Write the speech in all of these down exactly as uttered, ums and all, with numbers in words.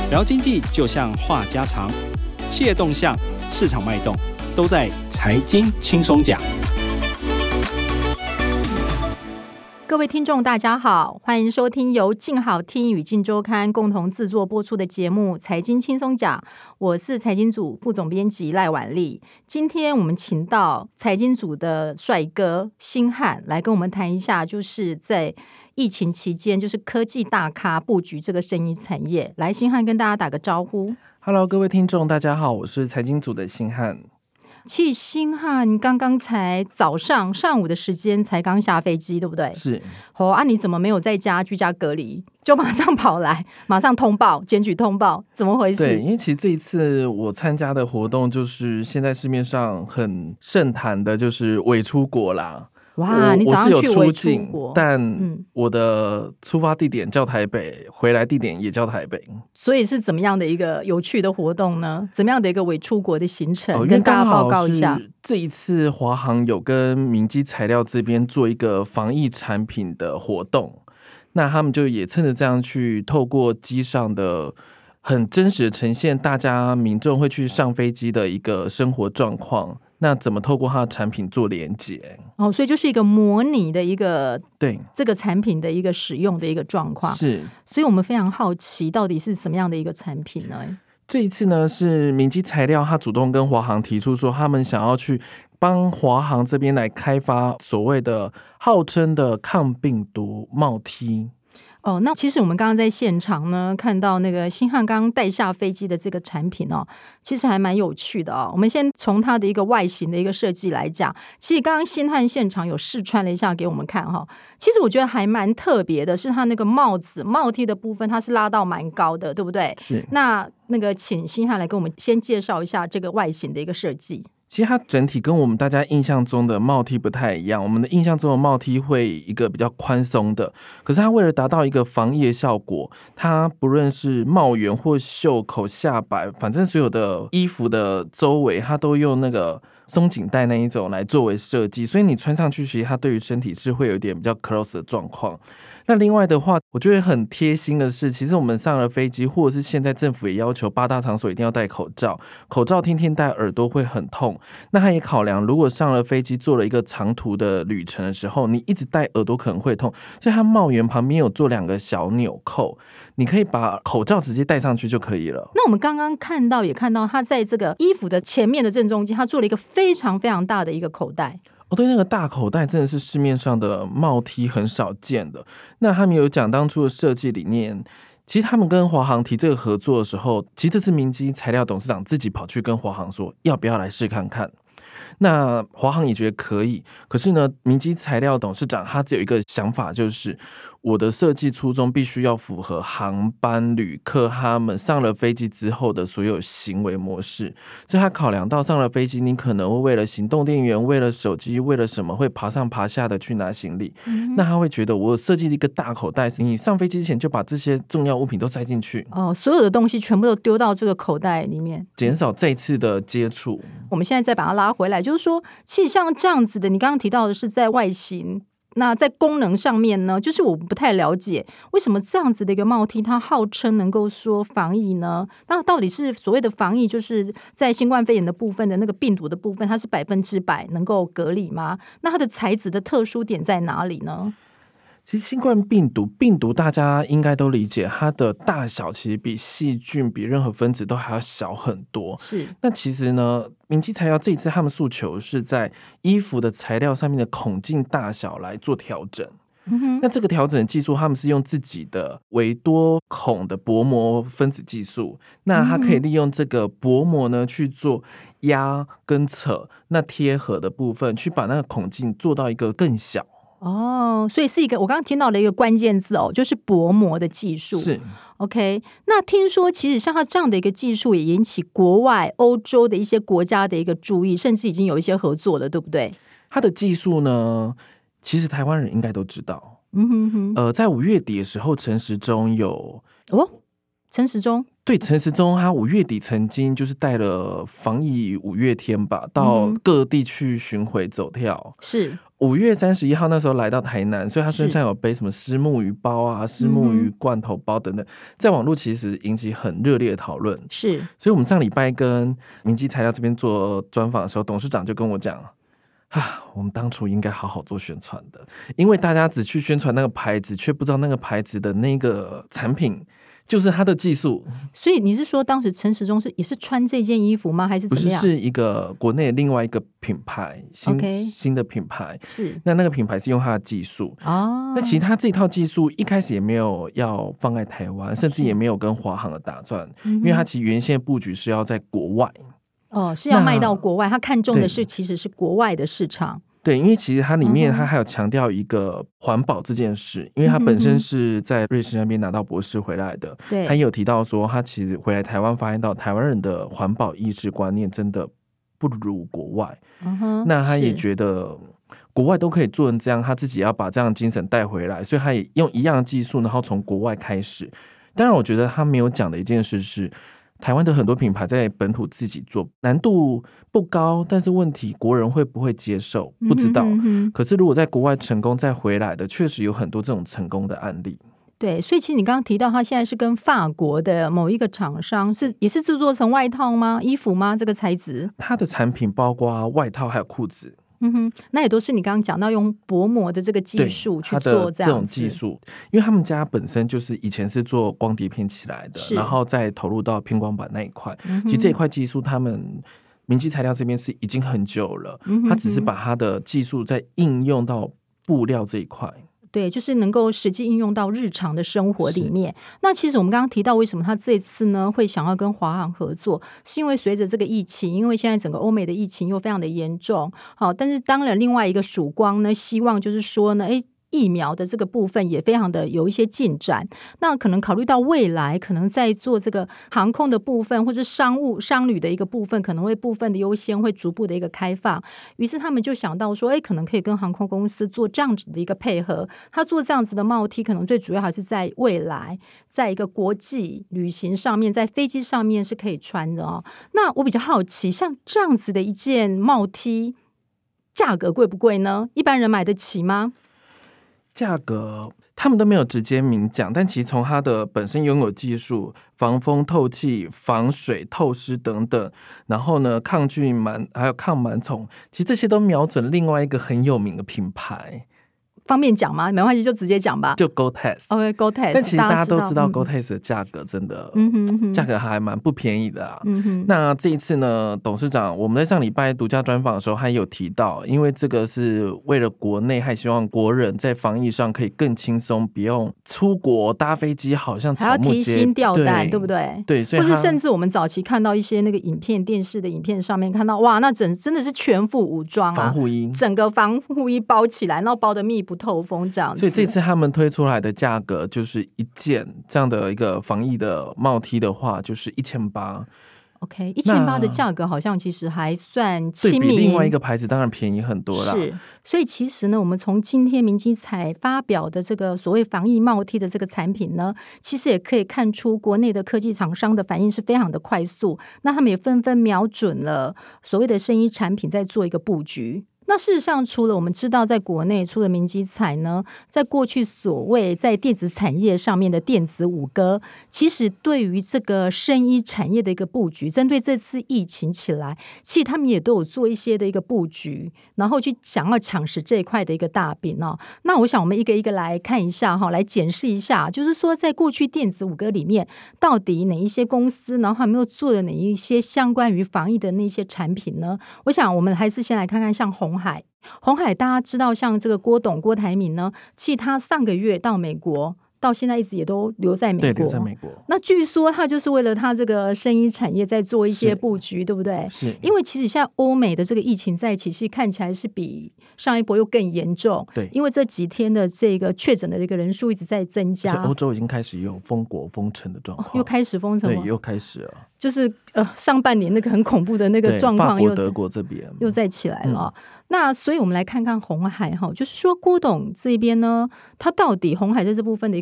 聊经济就像话家常，企业动向、市场脉动，都在财经轻松讲。 各位听众大家好，欢迎收听由静好听与静周刊共同制作播出的节目财经轻松讲，我是财经组副总编辑赖婉丽。今天我们请到财经组的帅哥星汉来跟我们谈一下，就是在疫情期间就是科技大咖布局这个生意产业。来，星汉跟大家打个招呼。 Hello， 各位听众大家好，我是财经组的星汉。 其实星汉你刚刚才早上上午的时间才刚下飞机对不对？ 是。 哦啊，你怎么没有在家居家隔离，就马上跑来马上通报检举通报，怎么回事？ 对，因为其实这一次我参加的活动就是现在市面上很盛谈的就是伪出国啦。 哇，你早上去伪出国， 但我的出发地点叫台北，回来地点也叫台北。 所以是怎么样的一个有趣的活动呢？怎么样的一个伪出国的行程？哦，跟大家报告一下。 这一次华航有跟明基材料这边做一个防疫产品的活动，那他们就也趁着这样去透过机上的很真实的呈现大家民众会去上飞机的一个生活状况，那怎么透过它的产品做连结？ 哦，所以就是一个模拟的一个对这个产品的一个使用的一个状况。 是， 所以我们非常好奇，到底是什么样的一个产品呢？ 这一次呢，是明基材料他主动跟华航提出说，他们想要去帮华航这边来开发所谓的号称的抗病毒帽 T。 哦，那其实我们刚刚在现场呢，看到那个星汉刚刚带下飞机的这个产品哦，其实还蛮有趣的哦。我们先从它的一个外形的一个设计来讲，其实刚刚星汉现场有试穿了一下给我们看哈、哦。其实我觉得还蛮特别的，是它那个帽子帽 T 的部分，它是拉到蛮高的，对不对？ 是。那那个请星汉来跟我们先介绍一下这个外形的一个设计。 其实它整体跟我们大家印象中的帽 T 不太一样，我们的印象中的帽 T 会一个比较宽松的，可是它为了达到一个防疫的效果，它不论是帽檐或袖口下摆，反正所有的衣服的周围它都用那个松紧带那一种来作为设计，所以你穿上去其实它对于身体是会有一点比较 close 的状况。那另外的话，我觉得很贴心的是，其实我们上了飞机，或者是现在政府也要求八大场所一定要戴口罩，口罩天天戴耳朵会很痛。那他也考量，如果上了飞机做了一个长途的旅程的时候，你一直戴耳朵可能会痛，所以他帽檐旁边有做两个小纽扣，你可以把口罩直接戴上去就可以了。 那我们刚刚看到也看到，他在这个衣服的前面的正中间，他做了一个非常非常大的一个口袋。 哦，对，那个大口袋真的是市面上的帽 T 很少见的。那他们有讲当初的设计理念，其实他们跟华航提这个合作的时候，其实这次明基材料董事长自己跑去跟华航说，要不要来试看看。那华航也觉得可以，可是呢，明基材料董事长他只有一个想法，就是我的设计初衷必须要符合航班旅客他们上了飞机之后的所有行为模式，所以他考量到上了飞机，你可能会为了行动电源、为了手机、为了什么会爬上爬下的去拿行李、嗯、那他会觉得我设计一个大口袋，你上飞机前就把这些重要物品都塞进去， 哦，所有的东西全部都丢到这个口袋里面， 减少这次的接触。 我们现在再把它拉回来，就是说其实像这样子的，你刚刚提到的是在外形，那在功能上面呢，就是我不太了解为什么这样子的一个帽 T 它号称能够说防疫呢？那到底是所谓的防疫，就是在新冠肺炎的部分的那个病毒的部分，它是百分之百能够隔离吗？那它的材质的特殊点在哪里呢？ 其实新冠病毒病毒大家应该都理解，它的大小其实比细菌比任何分子都还要小很多。 是。 那其实呢，明基材料这一次他们诉求是在衣服的材料上面的孔径大小来做调整。嗯、那这个调整的技术他们是用自己的微多孔的薄膜分子技术，那它可以利用这个薄膜呢去做压跟扯，那贴合的部分去把那个孔径做到一个更小。 哦，所以是一个我刚刚听到的一个关键字哦，就是薄膜的技术。 是 OK。 那听说其实像它这样的一个技术也引起国外欧洲的一些国家的一个注意，甚至已经有一些合作了，对不对？ 它的技术呢，其实台湾人应该都知道。嗯哼哼。呃，在五月底的时候，陈时中有哦陈时中。 对，陈时中他五月底曾经就是带了防疫五月天吧，到各地去巡回走跳。 是五月三十一号那时候来到台南，所以他身上有背什么虱目鱼包啊、虱目鱼罐头包等等，在网络其实引起很热烈的讨论。 是， 所以我们上礼拜跟明基材料这边做专访的时候，董事长就跟我讲啊，我们当初应该好好做宣传的，因为大家只去宣传那个牌子，却不知道那个牌子的那个产品就是他的技术。 所以你是说当时陈时中是也是穿这件衣服吗？还是怎么样？ 不是，是一个国内另外一个品牌，新、okay. 新的品牌。 是， 那那个品牌是用他的技术哦。 那其实他这套技术一开始也没有要放在台湾，甚至也没有跟华航的打算，因为他其实原先布局是要在国外。 哦，是要卖到国外，他看中的是其实是国外的市场。 对，因为其实它里面它还有强调一个环保这件事，因为他本身是在瑞士那边拿到博士回来的， 对， 他也有提到说他其实回来台湾发现到台湾人的环保意识观念真的不如国外， 嗯、 那他也觉得国外都可以做成这样，他自己要把这样的精神带回来，所以他也用一样的技术，然后从国外开始。当然我觉得他没有讲的一件事是台湾的很多品牌在本土自己做难度不高，但是问题国人会不会接受不知道、嗯嗯、可是如果在国外成功再回来的，确实有很多这种成功的案例。 对，所以其实你刚刚提到他现在是跟法国的某一个厂商是也是制作成外套吗？衣服吗？这个材质他的产品包括外套还有裤子。 嗯哼，那也都是你刚刚讲到用薄膜的这个技术去做这样子。 这种技术，因为他们家本身就是以前是做光碟片起来的，然后再投入到偏光板那一块、嗯。其实这一块技术，他们明基材料这边是已经很久了，嗯、他只是把他的技术再应用到布料这一块。 对，就是能够实际应用到日常的生活里面。那其实我们刚刚提到为什么他这次呢会想要跟华航合作，是因为随着这个疫情，因为现在整个欧美的疫情又非常的严重，好，但是当然另外一个曙光呢，希望就是说呢，诶疫苗的这个部分也非常的有一些进展，那可能考虑到未来可能在做这个航空的部分或是商务商旅的一个部分，可能会部分的优先会逐步的一个开放，于是他们就想到说，哎，可能可以跟航空公司做这样子的一个配合，他做这样子的帽 T 可能最主要还是在未来在一个国际旅行上面，在飞机上面是可以穿的哦。那我比较好奇，像这样子的一件帽 T 价格贵不贵呢？一般人买得起吗？ 价格他们都没有直接明讲，但其实从它的本身拥有技术，防风透气、防水透湿等等，然后呢抗菌螨还有抗螨虫，其实这些都瞄准另外一个很有名的品牌。 方便讲吗？没关系，就直接讲吧。 就 Gore-Tex。OK， Gore-Tex。 但其实大家都知道 Gore-Tex 的价格真的，嗯、价格还蛮不便宜的啊。嗯、那这一次呢，董事长我们在上礼拜独家专访的时候，他有提到，因为这个是为了国内，还希望国人在防疫上可以更轻松，不用出国搭飞机，好像草木皆还要提心吊胆， 对, 对不对？ 对，所以或是甚至我们早期看到一些那个影片、电视的影片上面看到，哇，那整真的是全副武装啊， 防护衣， 整个防护衣包起来，然后包得密不透风这样子。 所以这次他们推出来的价格就是一件这样的一个防疫的帽 T 的话，就是一千八。 OK， 一千八的价格好像其实还算亲民， 对比另外一个牌子当然便宜很多啦。 是，所以其实呢，我们从今天明基材发表的这个所谓防疫帽 T 的这个产品呢，其实也可以看出国内的科技厂商的反应是非常的快速，那他们也纷纷瞄准了所谓的生医产品在做一个布局。那事实上除了我们知道在国内除了明基材呢，在过去所谓在电子产业上面的电子五哥，其实对于这个生医产业的一个布局，针对这次疫情起来，其实他们也都有做一些的一个布局，然后去想要抢食这一块的一个大饼哦。那我想我们一个一个来看一下哈，来检视一下，就是说在过去电子五哥里面，到底哪一些公司，然后还没有做的哪一些相关于防疫的那些产品呢？我想我们还是先来看看像鸿海。鸿海大家知道，像这个郭董郭台铭呢，其实他上个月到美国，到现在一直也都留在美国。 对，留在美国。 那据说他就是为了他这个生医产业在做一些布局，对不对？ 是。 因为其实现在欧美的这个疫情在一起，其实看起来是比上一波又更严重。 对。 因为这几天的这个确诊的这个人数一直在增加。 欧洲已经开始有封国封城的状况、哦， 又开始封城了。 对，又开始了。 就是呃，上半年那个很恐怖的那个状况， 法国、德国这边又再起来了、嗯。那所以我们来看看鸿海哈，就是说郭董这边呢，他到底鸿海在这部分的一个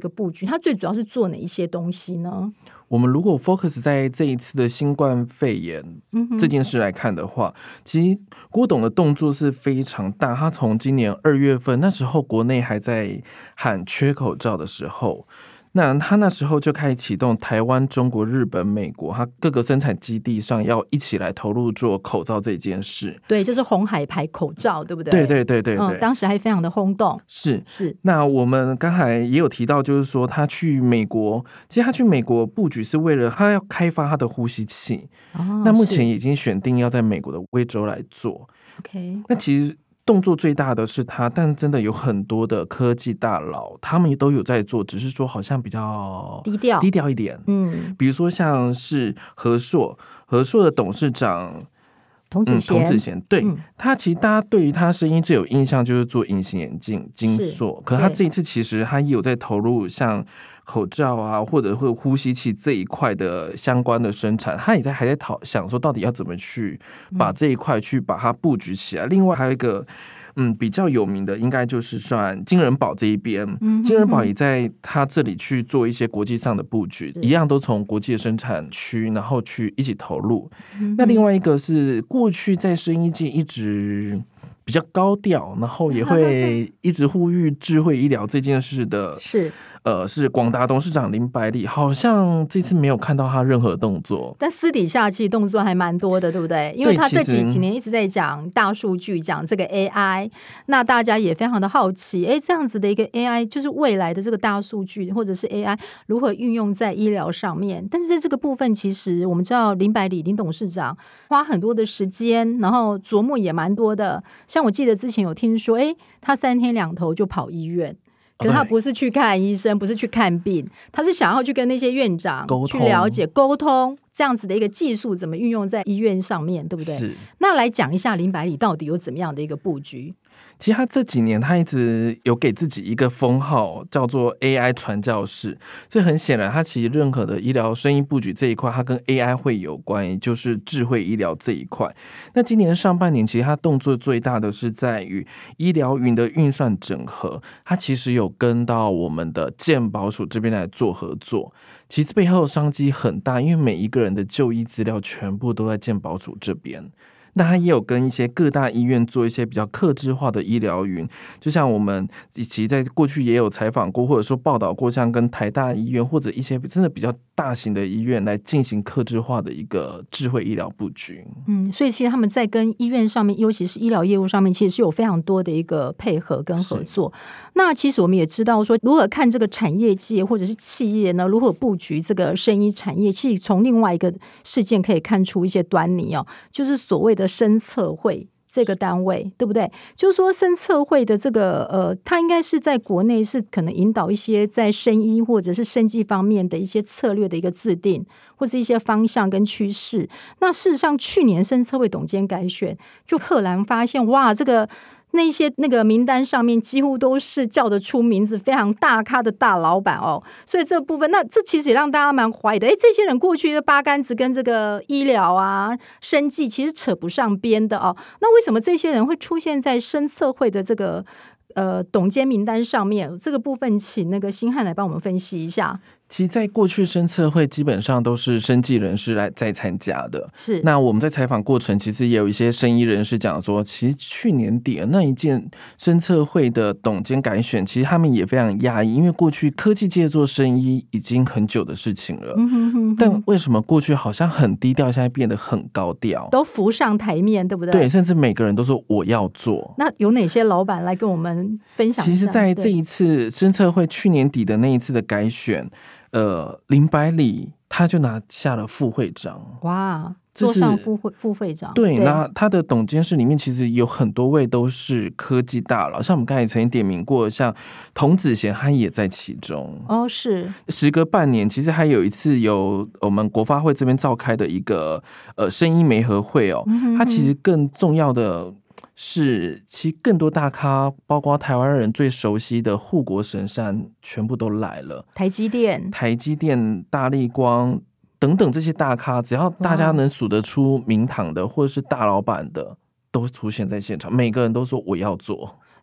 个布局，它最主要是做哪一些东西呢？ 我们如果 focus 在这一次的新冠肺炎这件事来看的话，嗯、其实郭董的动作是非常大。他从今年二月份那时候，国内还在喊缺口罩的时候。那他那时候就开始启动台湾、中国、日本、美国，他各个生产基地上要一起来投入做口罩这件事。 对，就是红海牌口罩，对不对？ 对对对对对、嗯， 当时还非常的轰动。 是是。 那我们刚才也有提到，就是说他去美国，其实他去美国布局是为了他要开发他的呼吸器。哦，那目前已经选定要在美国的威州来做。 OK， 那其实动作最大的是他，但真的有很多的科技大佬，他们都有在做，只是说好像比较低调低调一点。 嗯， 比如说像是和硕，和硕的董事长童子贤， 嗯、童子贤，对、嗯、他其实大家对于他声音最有印象就是做隐形眼镜金硕，可是他这一次其实他也有在投入像口罩啊，或者会呼吸器这一块的相关的生产，他也在还在讨想说到底要怎么去把这一块去把它布局起来。嗯、另外还有一个嗯比较有名的，应该就是算金人宝这一边，嗯、金人宝也在他这里去做一些国际上的布局，一样都从国际的生产区然后去一起投入。嗯、那另外一个是过去在生医界一直比较高调，然后也会一直呼吁智慧医疗这件事的是。 呃，是广达董事长林百里，好像这次没有看到他任何动作， 但私底下其实动作还蛮多的，对不对？因为他这几几年一直在讲大数据，讲这个 A I， 那大家也非常的好奇，哎，这样子的一个 A I， 就是未来的这个大数据或者是 A I 如何运用在医疗上面。但是在这个部分，其实我们知道林百里林董事长花很多的时间，然后琢磨也蛮多的。像我记得之前有听说，哎，他三天两头就跑医院。可是他不是去看医生，不是去看病，他是想要去跟那些院长去了解沟通这样子的一个技术怎么运用在医院上面，对不对？ 是。 那来讲一下林百里到底有怎么样的一个布局？ 其实他这几年他一直有给自己一个封号叫做 A I 传教士，所以很显然他其实任何的医疗生意布局这一块他跟 A I 会有关，也就是智慧医疗这一块。那今年上半年其实他动作最大的是在于医疗云的运算整合，他其实有跟到我们的健保署这边来做合作，其实背后商机很大，因为每一个人的就医资料全部都在健保署这边。那他也有跟一些各大医院做一些比较客制化的医疗云，就像我们其实在过去也有采访过或者说报道过，像跟台大医院或者一些真的比较大型的医院来进行客制化的一个智慧医疗布局。 嗯，所以其实他们在跟医院上面，尤其是医疗业务上面，其实是有非常多的一个配合跟合作。那其实我们也知道说，如何看这个产业界或者是企业呢，如何布局这个生医产业，其实从另外一个事件可以看出一些端倪哦，就是所谓的生测会这个单位，对不对？就是说生测会的这个呃，它应该是在国内是可能引导一些在生医或者是生技方面的一些策略的一个制定，或是一些方向跟趋势。那事实上，去年生测会董监改选，就赫然发现，哇，这个。那些那个名单上面几乎都是叫得出名字非常大咖的大老板哦，所以这部分那这其实也让大家蛮怀疑的，哎，这些人过去的八竿子跟这个医疗啊、生技其实扯不上边的哦，那为什么这些人会出现在生测会的这个呃董监名单上面？这个部分请那个星汉来帮我们分析一下。 其实在过去生测会基本上都是生技人士来在参加的， 是。 那我们在采访过程其实也有一些生医人士讲说，其实去年底的那一件生测会的董监改选，其实他们也非常讶异，因为过去科技界做生医已经很久的事情了，嗯哼哼哼，但为什么过去好像很低调，现在变得很高调， 都浮上台面，对不对？ 对，甚至每个人都说我要做。 那有哪些老板来跟我们分享一下？ 其实在这一次生测会去年底的那一次的改选，呃，林百里他就拿下了副会长， 哇，坐上副会副会长。 对，对，那他的董监事里面其实有很多位都是科技大佬，像我们刚才曾经点名过，像童子贤他也在其中。 哦，是。时隔半年，其实还有一次由我们国发会这边召开的一个呃生医媒合会哦，嗯哼哼，他其实更重要的是，其实更多大咖，包括台湾人最熟悉的护国神山，全部都来了。 台积电、 台积电、大立光等等这些大咖，只要大家能数得出名堂的，或者是大老板的，都出现在现场。每个人都说我要做。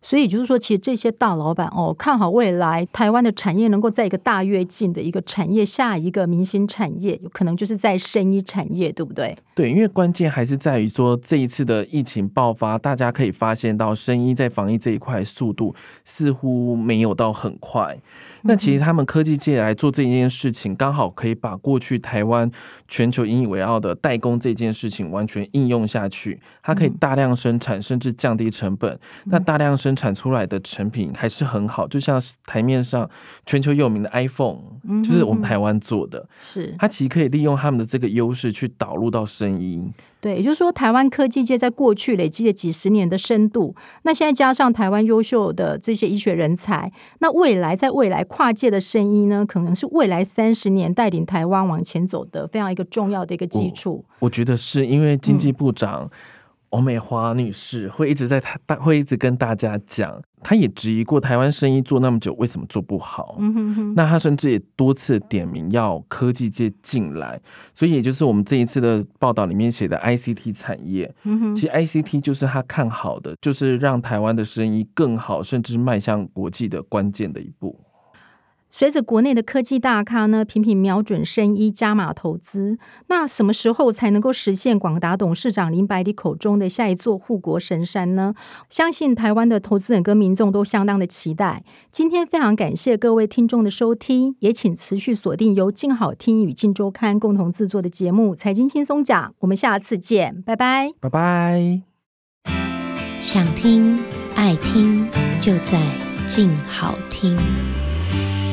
所以就是说，其实这些大老板哦，看好未来台湾的产业能够在一个大跃进的一个产业下一个明星产业，有可能就是在生医产业，对不对？ 对，因为关键还是在于说这一次的疫情爆发，大家可以发现到生医在防疫这一块速度似乎没有到很快。那其实他们科技界来做这件事情，刚好可以把过去台湾全球引以为傲的代工这件事情完全应用下去。它可以大量生产，甚至降低成本。那大量生产出来的成品还是很好，就像台面上全球有名的 iPhone， 就是我们台湾做的。 是， 它其实可以利用他们的这个优势去导入到生医。 对，也就是说，台湾科技界在过去累积了几十年的深度，那现在加上台湾优秀的这些医学人才，那未来在未来跨界的生医呢，可能是未来三十年带领台湾往前走的非常一个重要的一个基础。 我, 我觉得是因为经济部长欧美华女士会一直在会一直跟大家讲，她也质疑过台湾生医做那么久为什么做不好。嗯哼哼，那她甚至也多次点名要科技界进来，所以也就是我们这一次的报道里面写的 I C T 产业。嗯哼，其实 I C T 就是她看好的，就是让台湾的生医更好，甚至迈向国际的关键的一步。 随着国内的科技大咖呢频频瞄准生医加码投资，那什么时候才能够实现广达董事长林百里口中的下一座护国神山呢？相信台湾的投资人跟民众都相当的期待。今天非常感谢各位听众的收听，也请持续锁定由静好听与静周刊共同制作的节目《财经轻松讲》，我们下次见，拜拜， 拜拜。 想听爱听就在静好听。